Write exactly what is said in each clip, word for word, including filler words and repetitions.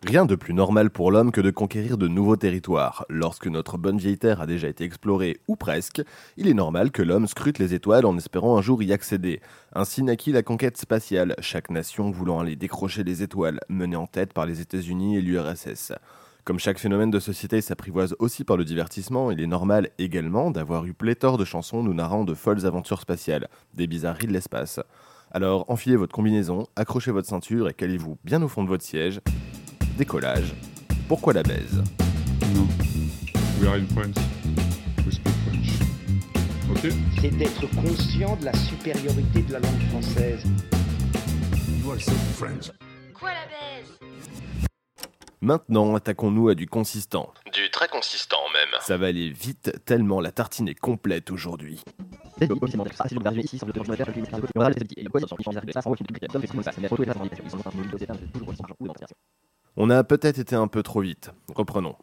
Rien de plus normal pour l'homme que de conquérir de nouveaux territoires. Lorsque notre bonne vieille Terre a déjà été explorée, ou presque, il est normal que l'homme scrute les étoiles en espérant un jour y accéder. Ainsi naquit la conquête spatiale, chaque nation voulant aller décrocher les étoiles, menée en tête par les États-Unis et l'U R S S. Comme chaque phénomène de société s'apprivoise aussi par le divertissement, il est normal également d'avoir eu pléthore de chansons nous narrant de folles aventures spatiales, des bizarreries de l'espace. Alors enfilez votre combinaison, accrochez votre ceinture et calez-vous bien au fond de votre siège. Décollage. Pourquoi la baise? Non. We are in France. We speak French. Ok? C'est d'être conscient de la supériorité de la langue française. You are so French. Quoi la baise? Maintenant, attaquons-nous à du consistant. Du très consistant même. Ça va aller vite, tellement la tartine est complète aujourd'hui. On a peut-être été un peu trop vite. Reprenons.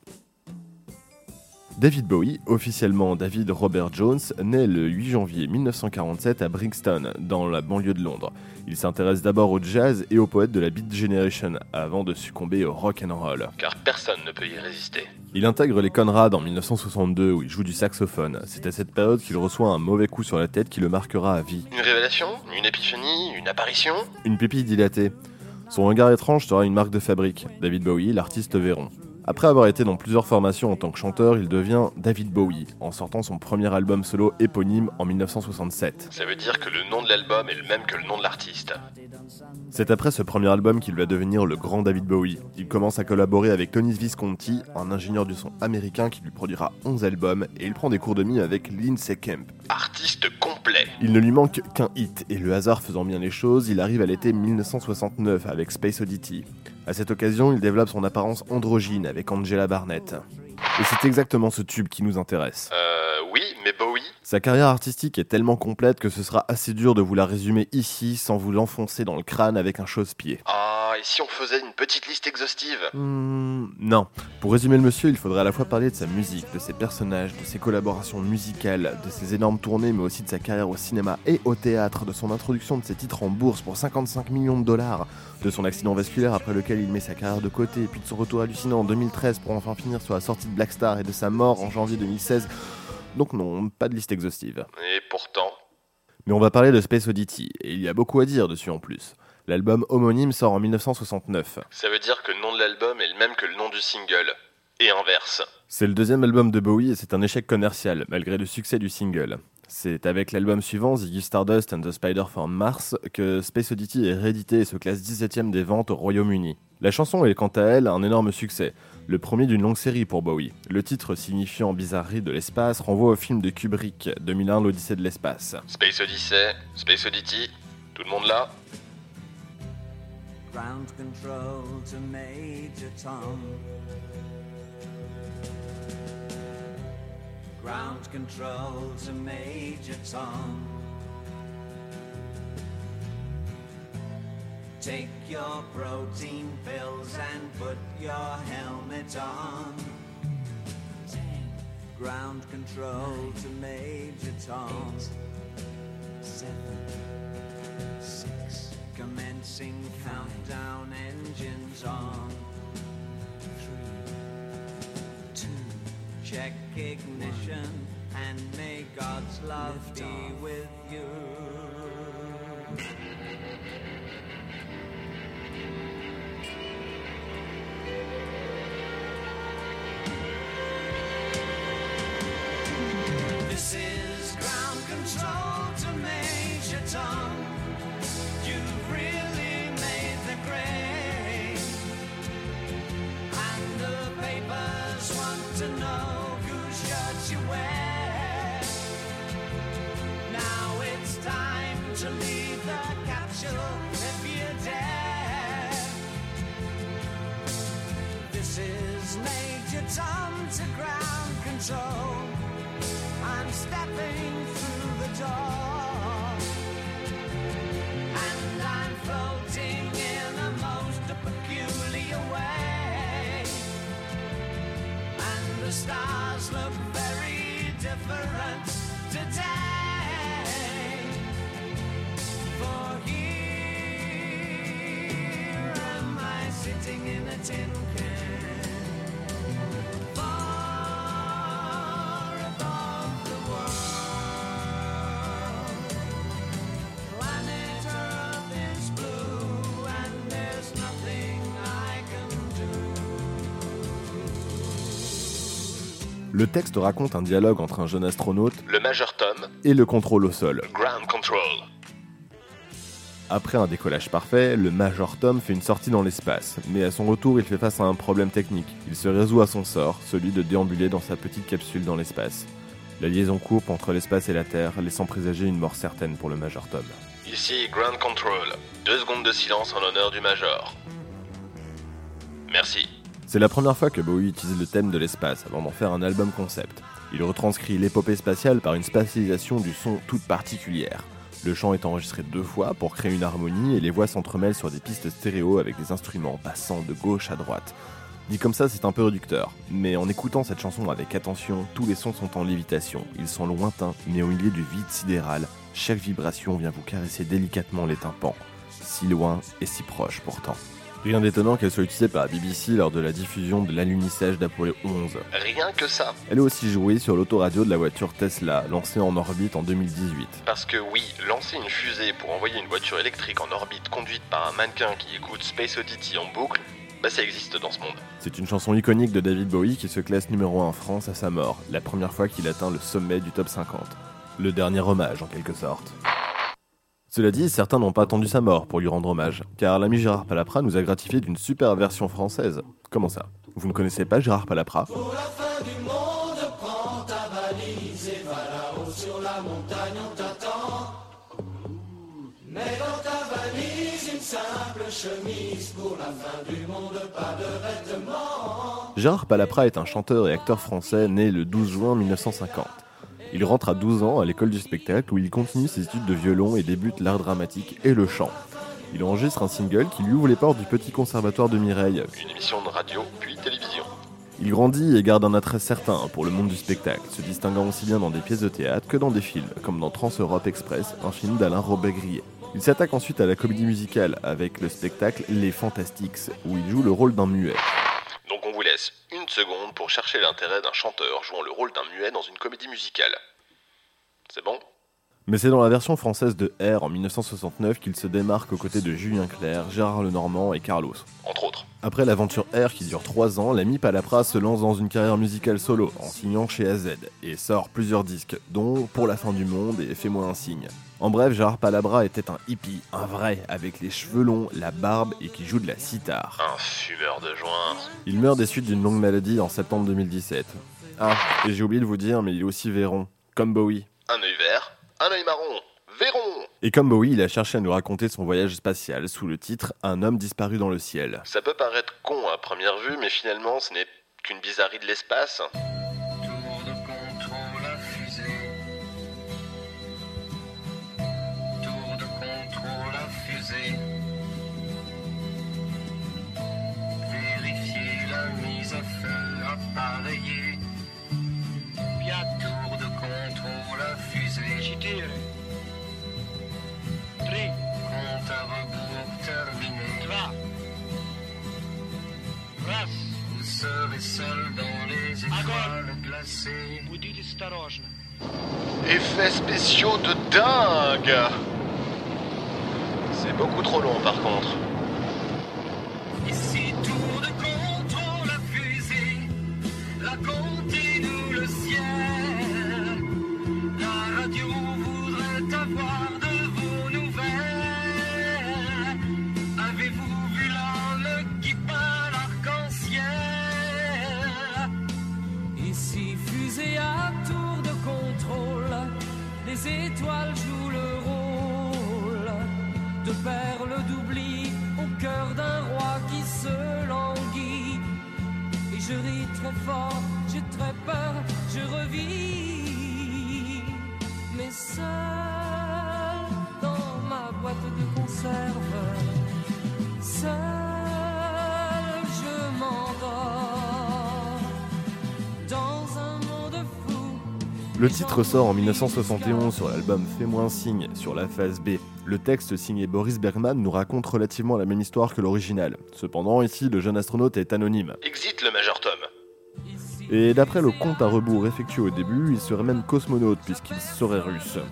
David Bowie, officiellement David Robert Jones, naît le huit janvier mille neuf cent quarante-sept à Brixton, dans la banlieue de Londres. Il s'intéresse d'abord au jazz et aux poètes de la Beat Generation, avant de succomber au rock and roll. Car personne ne peut y résister. Il intègre les Conrad en mille neuf cent soixante-deux, où il joue du saxophone. C'est à cette période qu'il reçoit un mauvais coup sur la tête qui le marquera à vie. Une révélation? Une épiphanie? Une apparition? Une pupille dilatée. Son regard étrange sera une marque de fabrique. David Bowie, l'artiste verron. Après avoir été dans plusieurs formations en tant que chanteur, il devient David Bowie, en sortant son premier album solo éponyme en mille neuf cent soixante-sept. Ça veut dire que le nom de l'album est le même que le nom de l'artiste. C'est après ce premier album qu'il va devenir le grand David Bowie. Il commence à collaborer avec Tony Visconti, un ingénieur du son américain qui lui produira onze albums, et il prend des cours de mime avec Lindsay Kemp. Artiste complet. Il ne lui manque qu'un hit, et le hasard faisant bien les choses, il arrive à l'été mille neuf cent soixante-neuf avec Space Oddity. À cette occasion, il développe son apparence androgyne avec Angela Barnett. Et c'est exactement ce tube qui nous intéresse. Euh, oui, mais Bowie? Sa carrière artistique est tellement complète que ce sera assez dur de vous la résumer ici sans vous l'enfoncer dans le crâne avec un chausse-pied. Ah, et si on faisait une petite liste exhaustive? Hmm, non. Pour résumer le monsieur, il faudrait à la fois parler de sa musique, de ses personnages, de ses collaborations musicales, de ses énormes tournées, mais aussi de sa carrière au cinéma et au théâtre, de son introduction de ses titres en bourse pour cinquante-cinq millions de dollars, de son accident vasculaire après lequel il met sa carrière de côté, et puis de son retour hallucinant en deux mille treize pour enfin finir sur la sortie de Black Star et de sa mort en janvier deux mille seize. Donc non, pas de liste exhaustive. Et pourtant... Mais on va parler de Space Oddity, et il y a beaucoup à dire dessus en plus. L'album homonyme sort en mille neuf cent soixante-neuf. Ça veut dire que le nom de l'album est le même que le nom du single. Et inverse. C'est le deuxième album de Bowie et c'est un échec commercial, malgré le succès du single. C'est avec l'album suivant, Ziggy Stardust and the Spider from Mars, que Space Oddity est réédité et se classe dix-septième des ventes au Royaume-Uni. La chanson est quant à elle un énorme succès, le premier d'une longue série pour Bowie. Le titre signifiant bizarrerie de l'espace renvoie au film de Kubrick, deux mille un, l'Odyssée de l'espace. Space Odyssey, Space Oddity, tout le monde là? Ground control to Major Tom. Ground control to Major Tom. Take your protein pills and put your helmet on. Ten. Ground control Nine. To Major Tom. Eight. Seven. Six. Commencing countdown, engines on. Three. Two. Check ignition One. And may God's love Lift be off. With you. This is ground control to Major Tom. You've really made the grade. And the papers want to know whose shirt you wear. Now it's time to leave the capsule if you dare. This is Major Tom to ground control. I'm stepping through the door, and I'm floating in a most peculiar way, and the stars look very different today, for here am I sitting in a tin can. Le texte raconte un dialogue entre un jeune astronaute Le Major Tom, et le contrôle au sol. Ground Control. Après un décollage parfait, le Major Tom fait une sortie dans l'espace, mais à son retour, il fait face à un problème technique. Il se résout à son sort, celui de déambuler dans sa petite capsule dans l'espace. La liaison coupe entre l'espace et la Terre, laissant présager une mort certaine pour le Major Tom. Ici Ground Control. Deux secondes de silence en l'honneur du Major. Merci. C'est la première fois que Bowie utilise le thème de l'espace avant d'en faire un album concept. Il retranscrit l'épopée spatiale par une spatialisation du son toute particulière. Le chant est enregistré deux fois pour créer une harmonie et les voix s'entremêlent sur des pistes stéréo avec des instruments passant de gauche à droite. Dit comme ça, c'est un peu réducteur, mais en écoutant cette chanson avec attention, tous les sons sont en lévitation. Ils sont lointains, mais au milieu du vide sidéral, chaque vibration vient vous caresser délicatement les tympans. Si loin et si proche pourtant. Rien d'étonnant qu'elle soit utilisée par la B B C lors de la diffusion de l'alunissage d'Apollo onze. Rien que ça. Elle est aussi jouée sur l'autoradio de la voiture Tesla, lancée en orbite en deux mille dix-huit. Parce que oui, lancer une fusée pour envoyer une voiture électrique en orbite conduite par un mannequin qui écoute Space Oddity en boucle, bah ça existe dans ce monde. C'est une chanson iconique de David Bowie qui se classe numéro un en France à sa mort, la première fois qu'il atteint le sommet du top cinquante. Le dernier hommage en quelque sorte. Cela dit, certains n'ont pas attendu sa mort pour lui rendre hommage, car l'ami Gérard Palapra nous a gratifié d'une super version française. Comment ça? Vous ne connaissez pas Gérard Palapra? Pour la fin du monde, prends ta valise et va là-haut sur la montagne, on t'attend. Mais dans ta valise, une simple chemise. Pour la fin du monde, pas de vêtements. Gérard Palapra est un chanteur et acteur français né le douze juin mille neuf cent cinquante. Il rentre à douze ans à l'école du spectacle où il continue ses études de violon et débute l'art dramatique et le chant. Il enregistre un single qui lui ouvre les portes du Petit Conservatoire de Mireille. Une émission de radio, puis télévision. Il grandit et garde un attrait certain pour le monde du spectacle, se distinguant aussi bien dans des pièces de théâtre que dans des films, comme dans Trans-Europe Express, un film d'Alain Robert-Grillet. Il s'attaque ensuite à la comédie musicale avec le spectacle Les Fantastiques, où il joue le rôle d'un muet. Donc on vous laisse une seconde pour chercher l'intérêt d'un chanteur jouant le rôle d'un muet dans une comédie musicale. C'est bon? Mais c'est dans la version française de R en mille neuf cent soixante-neuf qu'il se démarque aux côtés de Julien Clerc, Gérard Lenormand et Carlos. Entre autres. Après l'aventure R qui dure trois ans, l'ami Palapra se lance dans une carrière musicale solo en signant chez A Z et sort plusieurs disques, dont Pour la fin du monde et Fais-moi un signe. En bref, Gérard Palapra était un hippie, un vrai, avec les cheveux longs, la barbe et qui joue de la sitar. Un fumeur de joint. Il meurt des suites d'une longue maladie en septembre deux mille dix-sept. Ah, et j'ai oublié de vous dire, mais il est aussi Véron, comme Bowie. Un œil vert, un œil marron. Véron. Et comme Bowie, il a cherché à nous raconter son voyage spatial sous le titre « Un homme disparu dans le ciel ». Ça peut paraître con à première vue, mais finalement ce n'est qu'une bizarrerie de l'espace. Tour de contrôle à fusée. Tour de contrôle à fusée. Vérifier la mise à feu appareillée. Bien tour de contrôle à fusée. Четыре, три, Compte à rebours terminé. два, раз. Vous serez seul dans les étoiles glacées. Будьте осторожны. Effets spéciaux de dingue. C'est beaucoup trop long par contre. Ici, tour de contrôle à fusée. La continue le ciel. La radio voudrait avoir de vos nouvelles. Avez-vous vu l'homme qui peint l'arc-en-ciel? Ici, fusée à tour de contrôle, les étoiles jouent le rôle de perles d'oubli au cœur d'un roi qui se languit. Et je ris très fort, j'ai très peur, je revis, mais seul dans ma boîte de conserve, seul je m'endors dans un monde fou. Le titre sort en mille neuf cent soixante et onze sur l'album Fais-moi un signe, sur la phase B. Le texte signé Boris Bergman nous raconte relativement la même histoire que l'original. Cependant, ici, le jeune astronaute est anonyme. Exit le Major Tom. Et d'après le compte à rebours effectué au début, il serait même cosmonaute puisqu'il serait russe.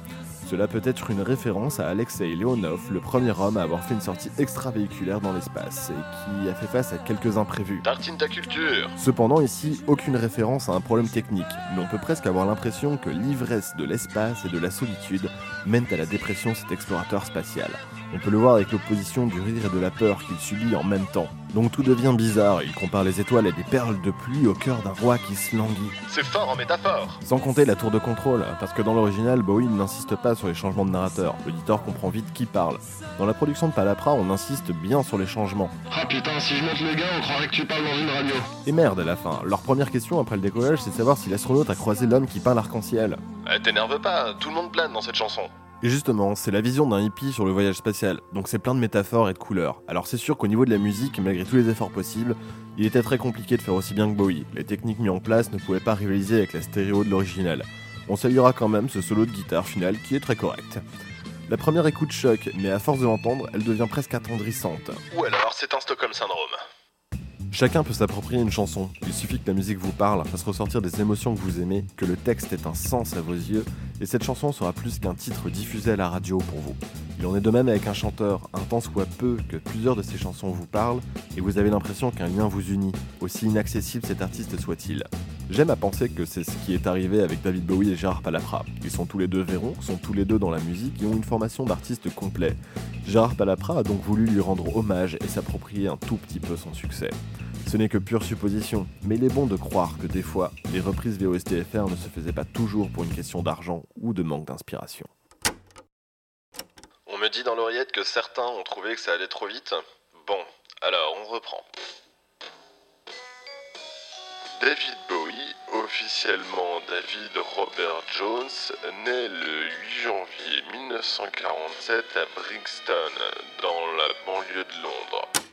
Cela peut être une référence à Alexei Leonov, le premier homme à avoir fait une sortie extravéhiculaire dans l'espace et qui a fait face à quelques imprévus. Tartine ta culture. Cependant, ici, aucune référence à un problème technique, mais on peut presque avoir l'impression que l'ivresse de l'espace et de la solitude mènent à la dépression cet explorateur spatial. On peut le voir avec l'opposition du rire et de la peur qu'il subit en même temps. Donc tout devient bizarre, il compare les étoiles à des perles de pluie au cœur d'un roi qui se languit. C'est fort en métaphore. Sans compter la tour de contrôle, parce que dans l'original, Bowie n'insiste pas sur les changements de narrateur, l'auditeur comprend vite qui parle. Dans la production de Palapra, on insiste bien sur les changements. Ah putain, si je monte le gars, on croirait que tu parles dans une radio. Et merde, à la fin, leur première question après le décollage, c'est de savoir si l'astronaute a croisé l'homme qui peint l'arc-en-ciel. Eh, t'énerve pas, tout le monde plane dans cette chanson. Et justement, c'est la vision d'un hippie sur le voyage spatial, donc c'est plein de métaphores et de couleurs. Alors c'est sûr qu'au niveau de la musique, malgré tous les efforts possibles, il était très compliqué de faire aussi bien que Bowie. Les techniques mises en place ne pouvaient pas rivaliser avec la stéréo de l'original. On saluera quand même ce solo de guitare final qui est très correct. La première écoute choque, mais à force de l'entendre, elle devient presque attendrissante. Ou alors c'est un Stockholm Syndrome. Chacun peut s'approprier une chanson, il suffit que la musique vous parle, fasse ressortir des émotions que vous aimez, que le texte ait un sens à vos yeux, et cette chanson sera plus qu'un titre diffusé à la radio pour vous. Il en est de même avec un chanteur, un tant soit peu que plusieurs de ses chansons vous parlent, et vous avez l'impression qu'un lien vous unit, aussi inaccessible cet artiste soit-il. J'aime à penser que c'est ce qui est arrivé avec David Bowie et Gérard Palapra. Ils sont tous les deux verrons, sont tous les deux dans la musique et ont une formation d'artiste complet. Gérard Palapra a donc voulu lui rendre hommage et s'approprier un tout petit peu son succès. Ce n'est que pure supposition, mais il est bon de croire que des fois, les reprises V O S T F R ne se faisaient pas toujours pour une question d'argent ou de manque d'inspiration. On me dit dans l'oreillette que certains ont trouvé que ça allait trop vite. Bon, alors on reprend. David Bowie, officiellement David Robert Jones, naît le huit janvier mille neuf cent quarante-sept à Brixton, dans la banlieue de Londres.